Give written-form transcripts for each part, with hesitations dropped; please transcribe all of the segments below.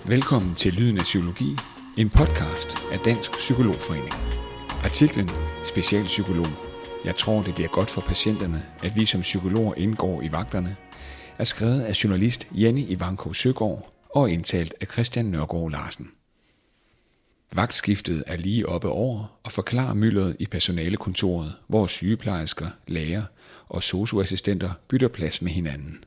Velkommen til Lyden af Psykologi, en podcast af Dansk Psykologforening. Artiklen Specialpsykolog. Jeg tror, det bliver godt for patienterne, at vi som psykologer indgår i vagterne, er skrevet af journalist Jenny Ivankov Søgaard og indtalt af Christian Nørgaard Larsen. Vagtskiftet er lige oppe over og forklarer myldret i personalekontoret, hvor sygeplejersker, læger og sosu-assistenter bytter plads med hinanden.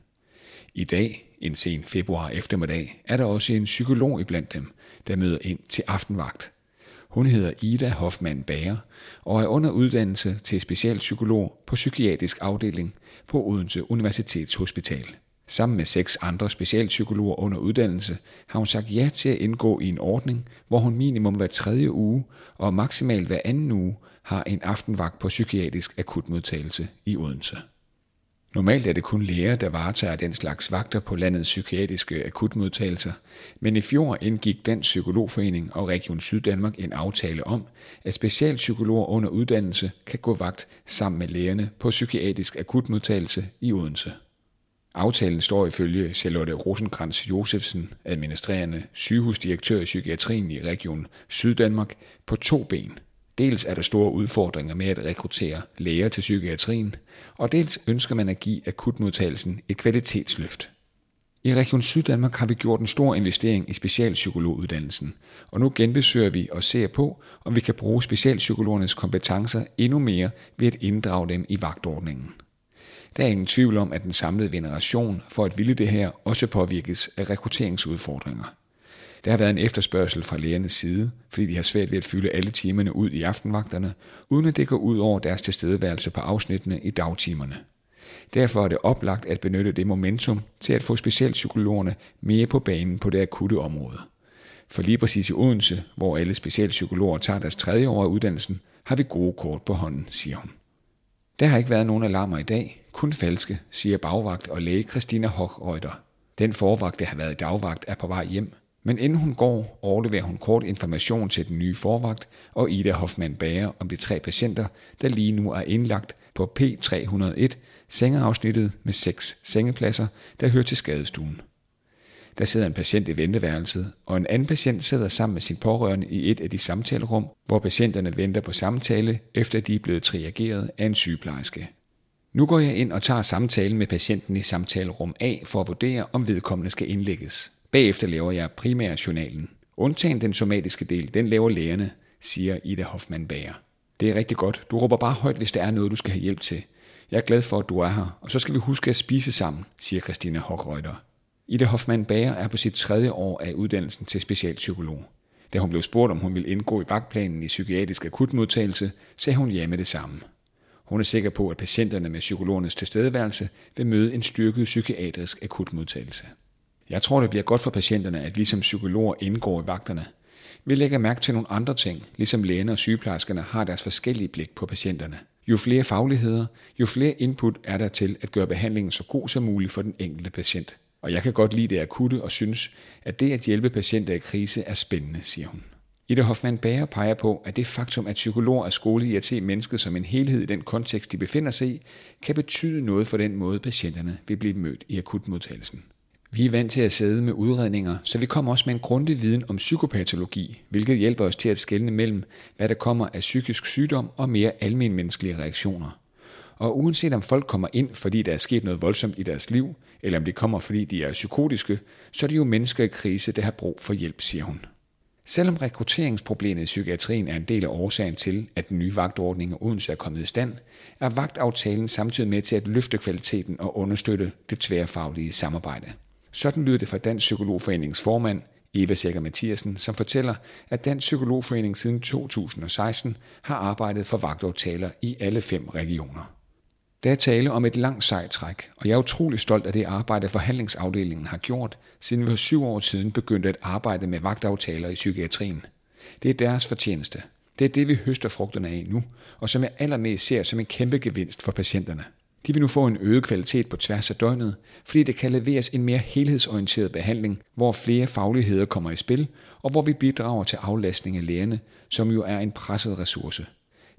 I dag, en sen februar eftermiddag, er der også en psykolog iblandt dem, der møder ind til aftenvagt. Hun hedder Ida Hoffmann Bager og er under uddannelse til specialpsykolog på psykiatrisk afdeling på Odense Universitetshospital. Sammen med 6 andre specialpsykologer under uddannelse har hun sagt ja til at indgå i en ordning, hvor hun minimum hver 3. uge og maksimalt hver 2. uge har en aftenvagt på psykiatrisk akutmodtagelse i Odense. Normalt er det kun læger, der varetager den slags vagter på landets psykiatriske akutmodtagelser, men i fjor indgik Dansk Psykologforening og Region Syddanmark en aftale om, at specialpsykologer under uddannelse kan gå vagt sammen med lægerne på psykiatrisk akutmodtagelse i Odense. Aftalen står ifølge Charlotte Rosenkrantz Josefsen, administrerende sygehusdirektør i psykiatrien i Region Syddanmark, på 2 ben. Dels er der store udfordringer med at rekruttere læger til psykiatrien, og dels ønsker man at give akutmodtagelsen et kvalitetsløft. I Region Syddanmark har vi gjort en stor investering i specialpsykologuddannelsen, og nu genbesøger vi og ser på, om vi kan bruge specialpsykologernes kompetencer endnu mere ved at inddrage dem i vagtordningen. Der er ingen tvivl om, at den samlede generation for at ville det her også påvirkes af rekrutteringsudfordringer. Der har været en efterspørgsel fra lægernes side, fordi de har svært ved at fylde alle timerne ud i aftenvagterne, uden at det går ud over deres tilstedeværelse på afsnittene i dagtimerne. Derfor er det oplagt at benytte det momentum til at få specialpsykologerne mere på banen på det akutte område. For lige præcis i Odense, hvor alle specialpsykologer tager deres 3. år af uddannelsen, har vi gode kort på hånden, siger hun. Der har ikke været nogen alarmer i dag, kun falske, siger bagvagt og læge Christina Hochreuter. Den forvagt, der har været i dagvagt, er på vej hjem. Men inden hun går, overleverer hun kort information til den nye forvagt og Ida Hoffmann Bager om de 3 patienter, der lige nu er indlagt på P301, sengeafsnittet med 6 sengepladser, der hører til skadestuen. Der sidder en patient i venteværelset, og en anden patient sidder sammen med sin pårørende i et af de samtalerum, hvor patienterne venter på samtale, efter de er blevet triageret af en sygeplejerske. Nu går jeg ind og tager samtalen med patienten i samtalerum A for at vurdere, om vedkommende skal indlægges. Bagefter laver jeg primærjournalen. Undtagen den somatiske del, den laver lægerne, siger Ida Hoffmann Bager. Det er rigtig godt. Du råber bare højt, hvis der er noget, du skal have hjælp til. Jeg er glad for, at du er her, og så skal vi huske at spise sammen, siger Christina Hochreuter. Ida Hoffmann Bager er på sit 3. år af uddannelsen til specialpsykolog. Da hun blev spurgt, om hun ville indgå i vagtplanen i psykiatrisk akutmodtagelse, sagde hun ja med det samme. Hun er sikker på, at patienterne med psykologernes tilstedeværelse vil møde en styrket psykiatrisk akutmodtagelse. Jeg tror, det bliver godt for patienterne, at vi som psykologer indgår i vagterne. Vi lægger mærke til nogle andre ting, ligesom lægerne og sygeplejerskerne har deres forskellige blik på patienterne. Jo flere fagligheder, jo flere input er der til at gøre behandlingen så god som muligt for den enkelte patient. Og jeg kan godt lide det akutte og synes, at det at hjælpe patienter i krise er spændende, siger hun. Ida Hoffmann Bager peger på, at det faktum, at psykologer er skolet i at se mennesket som en helhed i den kontekst, de befinder sig i, kan betyde noget for den måde, patienterne vil blive mødt i akutmodtagelsen. Vi er vant til at sidde med udredninger, så vi kommer også med en grundig viden om psykopatologi, hvilket hjælper os til at skelne mellem, hvad der kommer af psykisk sygdom og mere almenmenneskelige reaktioner. Og uanset om folk kommer ind, fordi der er sket noget voldsomt i deres liv, eller om de kommer, fordi de er psykotiske, så er det jo mennesker i krise, der har brug for hjælp, siger hun. Selvom rekrutteringsproblemet i psykiatrien er en del af årsagen til, at den nye vagtordning af Odense er kommet i stand, er vagtaftalen samtidig med til at løfte kvaliteten og understøtte det tværfaglige samarbejde. Sådan lyder det fra Dansk Psykologforenings formand, Eva Sækker Mathiasen, som fortæller, at Dansk Psykologforening siden 2016 har arbejdet for vagtaftaler i alle 5 regioner. Der er tale om et langt sejt træk, og jeg er utrolig stolt af det arbejde, forhandlingsafdelingen har gjort, siden vi for 7 år siden begyndte at arbejde med vagtaftaler i psykiatrien. Det er deres fortjeneste. Det er det, vi høster frugterne af nu, og som jeg allermest ser som en kæmpe gevinst for patienterne. De vil nu få en øget kvalitet på tværs af døgnet, fordi det kan leveres en mere helhedsorienteret behandling, hvor flere fagligheder kommer i spil, og hvor vi bidrager til aflastning af lægerne, som jo er en presset ressource.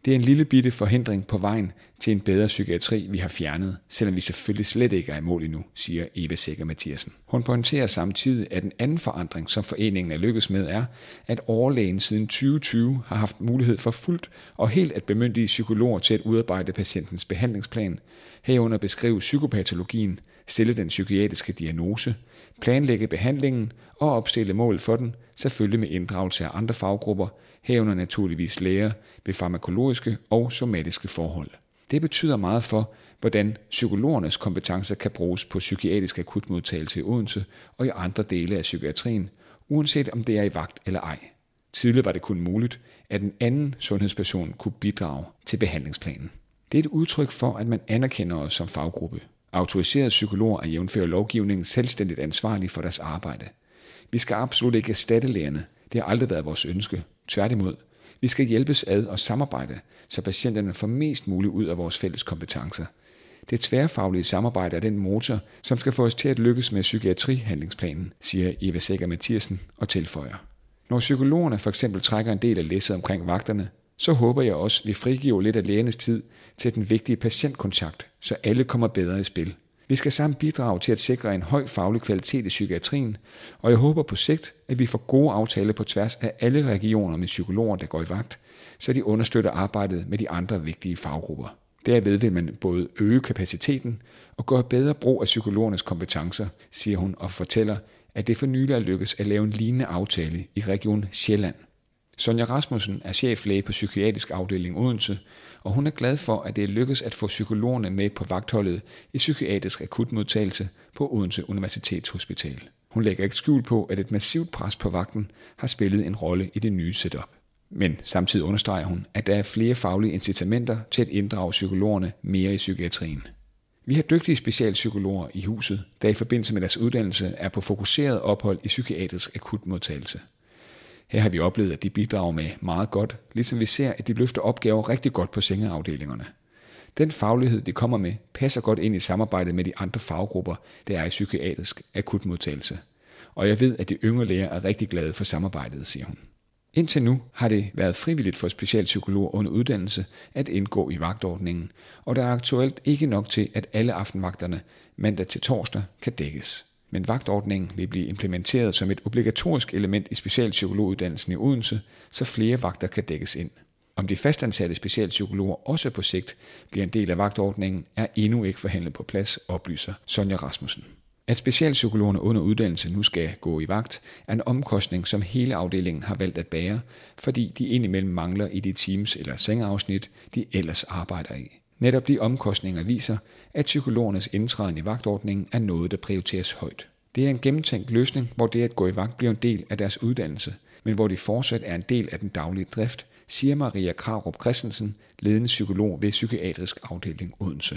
Det er en lille bitte forhindring på vejen til en bedre psykiatri, vi har fjernet, selvom vi selvfølgelig slet ikke er i mål endnu, siger Eva Secher Mathiasen. Hun pointerer samtidig, at en anden forandring, som foreningen er lykkes med, er, at overlægen siden 2020 har haft mulighed for fuldt og helt at bemyndige psykologer til at udarbejde patientens behandlingsplan, herunder beskrive psykopatologien, stille den psykiatriske diagnose, planlægge behandlingen og opstille mål for den, selvfølgelig med inddragelse af andre faggrupper, herunder naturligvis læger ved farmakologiske og somatiske forhold. Det betyder meget for, hvordan psykologernes kompetencer kan bruges på psykiatrisk akutmodtagelse i Odense og i andre dele af psykiatrien, uanset om det er i vagt eller ej. Tidligere var det kun muligt, at en anden sundhedsperson kunne bidrage til behandlingsplanen. Det er et udtryk for, at man anerkender os som faggruppe. Autoriserede psykologer er jævnfør lovgivningen selvstændigt ansvarlige for deres arbejde. Vi skal absolut ikke erstatte lægerne. Det har aldrig været vores ønske. Tværtimod. Vi skal hjælpes ad og samarbejde, så patienterne får mest muligt ud af vores fælles kompetencer. Det tværfaglige samarbejde er den motor, som skal få os til at lykkes med psykiatrihandlingsplanen, siger Eva Secher Mathiasen og tilføjer. Når psykologerne for eksempel trækker en del af læsset omkring vagterne, så håber jeg også, at vi frigiver lidt af lægernes tid til den vigtige patientkontakt, så alle kommer bedre i spil. Vi skal sammen bidrage til at sikre en høj faglig kvalitet i psykiatrien, og jeg håber på sigt, at vi får gode aftaler på tværs af alle regioner med psykologer, der går i vagt, så de understøtter arbejdet med de andre vigtige faggrupper. Derved vil man både øge kapaciteten og gøre bedre brug af psykologernes kompetencer, siger hun og fortæller, at det for nylig er lykkes at lave en lignende aftale i Region Sjælland. Sonja Rasmussen er cheflæge på psykiatrisk afdeling Odense, og hun er glad for, at det er lykkes at få psykologerne med på vagtholdet i psykiatrisk akutmodtagelse på Odense Universitetshospital. Hun lægger ikke skjul på, at et massivt pres på vagten har spillet en rolle i det nye setup. Men samtidig understreger hun, at der er flere faglige incitamenter til at inddrage psykologerne mere i psykiatrien. Vi har dygtige specialpsykologer i huset, der i forbindelse med deres uddannelse er på fokuseret ophold i psykiatrisk akutmodtagelse. Her har vi oplevet, at de bidrager med meget godt, ligesom vi ser, at de løfter opgaver rigtig godt på sengeafdelingerne. Den faglighed, de kommer med, passer godt ind i samarbejdet med de andre faggrupper, der er i psykiatrisk akutmodtagelse. Og jeg ved, at de yngre læger er rigtig glade for samarbejdet, siger hun. Indtil nu har det været frivilligt for specialpsykologer under uddannelse at indgå i vagtordningen, og der er aktuelt ikke nok til, at alle aftenvagterne mandag til torsdag kan dækkes. Men vagtordningen vil blive implementeret som et obligatorisk element i specialpsykologuddannelsen i Odense, så flere vagter kan dækkes ind. Om de fastansatte specialpsykologer også på sigt bliver en del af vagtordningen, er endnu ikke forhandlet på plads, oplyser Sonja Rasmussen. At specialpsykologerne under uddannelse nu skal gå i vagt, er en omkostning, som hele afdelingen har valgt at bære, fordi de indimellem mangler i de teams eller sengeafsnit, de ellers arbejder i. Netop de omkostninger viser, at psykologernes indtræden i vagtordningen er noget, der prioriteres højt. Det er en gennemtænkt løsning, hvor det at gå i vagt bliver en del af deres uddannelse, men hvor de fortsat er en del af den daglige drift, siger Maria Krarup Christensen, ledende psykolog ved Psykiatrisk Afdeling Odense.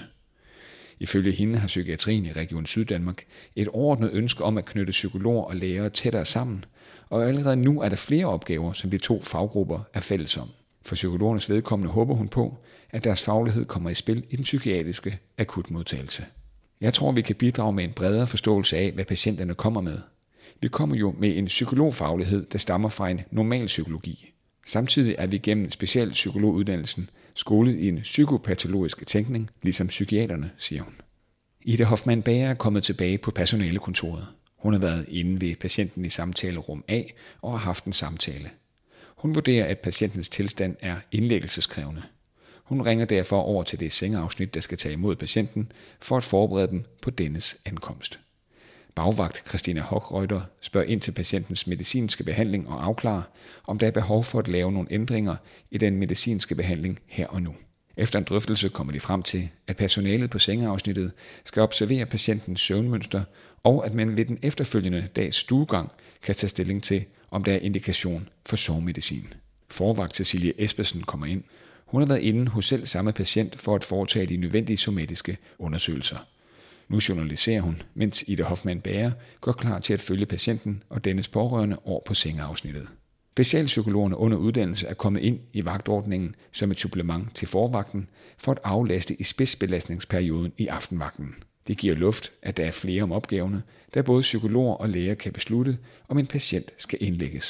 Ifølge hende har psykiatrien i Region Syddanmark et overordnet ønske om at knytte psykologer og læger tættere sammen, og allerede nu er der flere opgaver, som de to faggrupper er fælles om. For psykologernes vedkommende håber hun på, at deres faglighed kommer i spil i den psykiatriske akutmodtagelse. Jeg tror, vi kan bidrage med en bredere forståelse af, hvad patienterne kommer med. Vi kommer jo med en psykologfaglighed, der stammer fra en normal psykologi. Samtidig er vi gennem specialpsykologuddannelsen skolet i en psykopatologisk tænkning, ligesom psykiaterne, siger hun. Ida Hoffmann Bager er kommet tilbage på personalekontoret. Hun har været inde ved patienten i samtalerum A og har haft en samtale. Hun vurderer, at patientens tilstand er indlæggelseskrævende. Hun ringer derfor over til det sengeafsnit, der skal tage imod patienten, for at forberede dem på dennes ankomst. Bagvagt Christina Hochreuter spørger ind til patientens medicinske behandling og afklarer, om der er behov for at lave nogle ændringer i den medicinske behandling her og nu. Efter en drøftelse kommer de frem til, at personalet på sengeafsnittet skal observere patientens søvnmønster, og at man ved den efterfølgende dags stuegang kan tage stilling til, om der er indikation for sovemedicin. Forvagt Cecilie Espersen kommer ind. Hun har været inde hos selv samme patient for at foretage de nødvendige somatiske undersøgelser. Nu journaliserer hun, mens Ida Hoffmann Bager går klar til at følge patienten og dennes pårørende over på sengeafsnittet. Specialpsykologerne under uddannelse er kommet ind i vagtordningen som et supplement til forvagten for at aflaste i spidsbelastningsperioden i aftenvagten. Det giver luft, at der er flere om opgaverne, da både psykologer og læger kan beslutte, om en patient skal indlægges.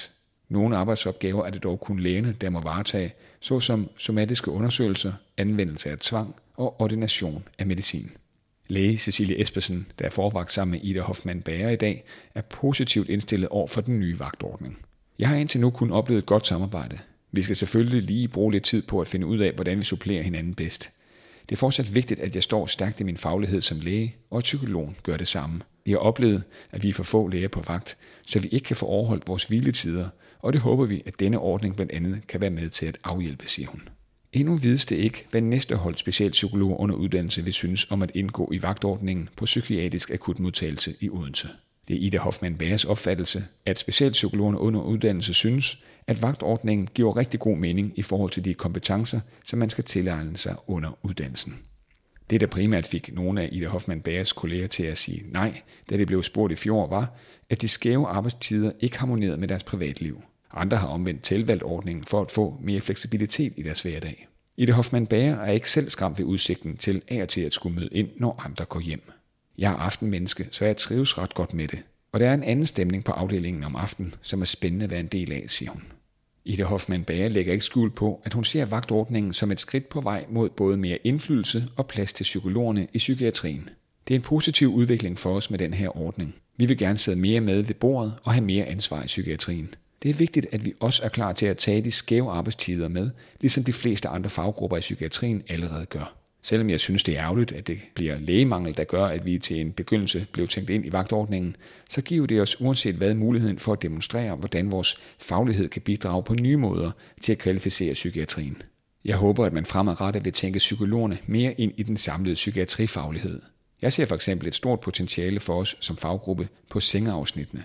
Nogle arbejdsopgaver er det dog kun lægerne, der må varetage, såsom somatiske undersøgelser, anvendelse af tvang og ordination af medicin. Læge Cecilie Espersen, der er forvagt sammen med Ida Hoffmann Bager i dag, er positivt indstillet over for den nye vagtordning. Jeg har indtil nu kun oplevet et godt samarbejde. Vi skal selvfølgelig lige bruge lidt tid på at finde ud af, hvordan vi supplerer hinanden bedst. Det er fortsat vigtigt, at jeg står stærkt i min faglighed som læge, og at psykologen gør det samme. Vi har oplevet, at vi er for få læger på vagt, så vi ikke kan få overholdt vores hviletider, og det håber vi, at denne ordning blandt andet kan være med til at afhjælpe, siger hun. Endnu vides det ikke, hvad næste hold specialpsykologer under uddannelse vil synes om at indgå i vagtordningen på psykiatrisk akutmodtagelse i Odense. Det er Ida Hoffmann Bagers opfattelse, at specialpsykologerne under uddannelse synes, at vagtordningen giver rigtig god mening i forhold til de kompetencer, som man skal tilegne sig under uddannelsen. Det, der primært fik nogle af Ida Hoffmann Bagers kolleger til at sige nej, da det blev spurgt i fjor, var, at de skæve arbejdstider ikke harmonerede med deres privatliv. Andre har omvendt tilvalgt ordningen for at få mere fleksibilitet i deres hverdag. Ida Hoffmann Bager er ikke selv skræmt ved udsigten til af og til at skulle møde ind, når andre går hjem. Jeg er aftenmenneske, så jeg trives ret godt med det. Og der er en anden stemning på afdelingen om aftenen, som er spændende at være en del af, siger hun. Ida Hoffmann Bager lægger ikke skjul på, at hun ser vagtordningen som et skridt på vej mod både mere indflydelse og plads til psykologerne i psykiatrien. Det er en positiv udvikling for os med den her ordning. Vi vil gerne sidde mere med ved bordet og have mere ansvar i psykiatrien. Det er vigtigt, at vi også er klar til at tage de skæve arbejdstider med, ligesom de fleste andre faggrupper i psykiatrien allerede gør. Selvom jeg synes, det er ærgerligt, at det bliver lægemangel, der gør, at vi til en begyndelse blev tænkt ind i vagtordningen, så giver det os uanset hvad muligheden for at demonstrere, hvordan vores faglighed kan bidrage på nye måder til at kvalificere psykiatrien. Jeg håber, at man fremadrettet vil tænke psykologerne mere ind i den samlede psykiatrifaglighed. Jeg ser for eksempel et stort potentiale for os som faggruppe på sengeafsnittene.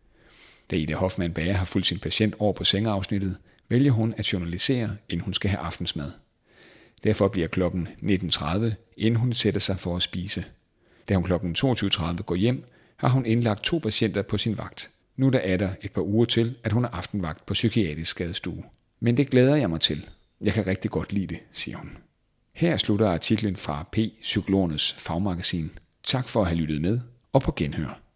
Da Ida Hoffmann Bager har fulgt sin patient over på sengeafsnittet, vælger hun at journalisere, inden hun skal have aftensmad. Derfor bliver klokken 19.30, inden hun sætter sig for at spise. Da hun klokken 22.30 går hjem, har hun indlagt 2 patienter på sin vagt. Nu er der et par uger til, at hun er aftenvagt på psykiatrisk skadestue. Men det glæder jeg mig til. Jeg kan rigtig godt lide det, siger hun. Her slutter artiklen fra Psykologernes fagmagasin. Tak for at have lyttet med, og på genhør.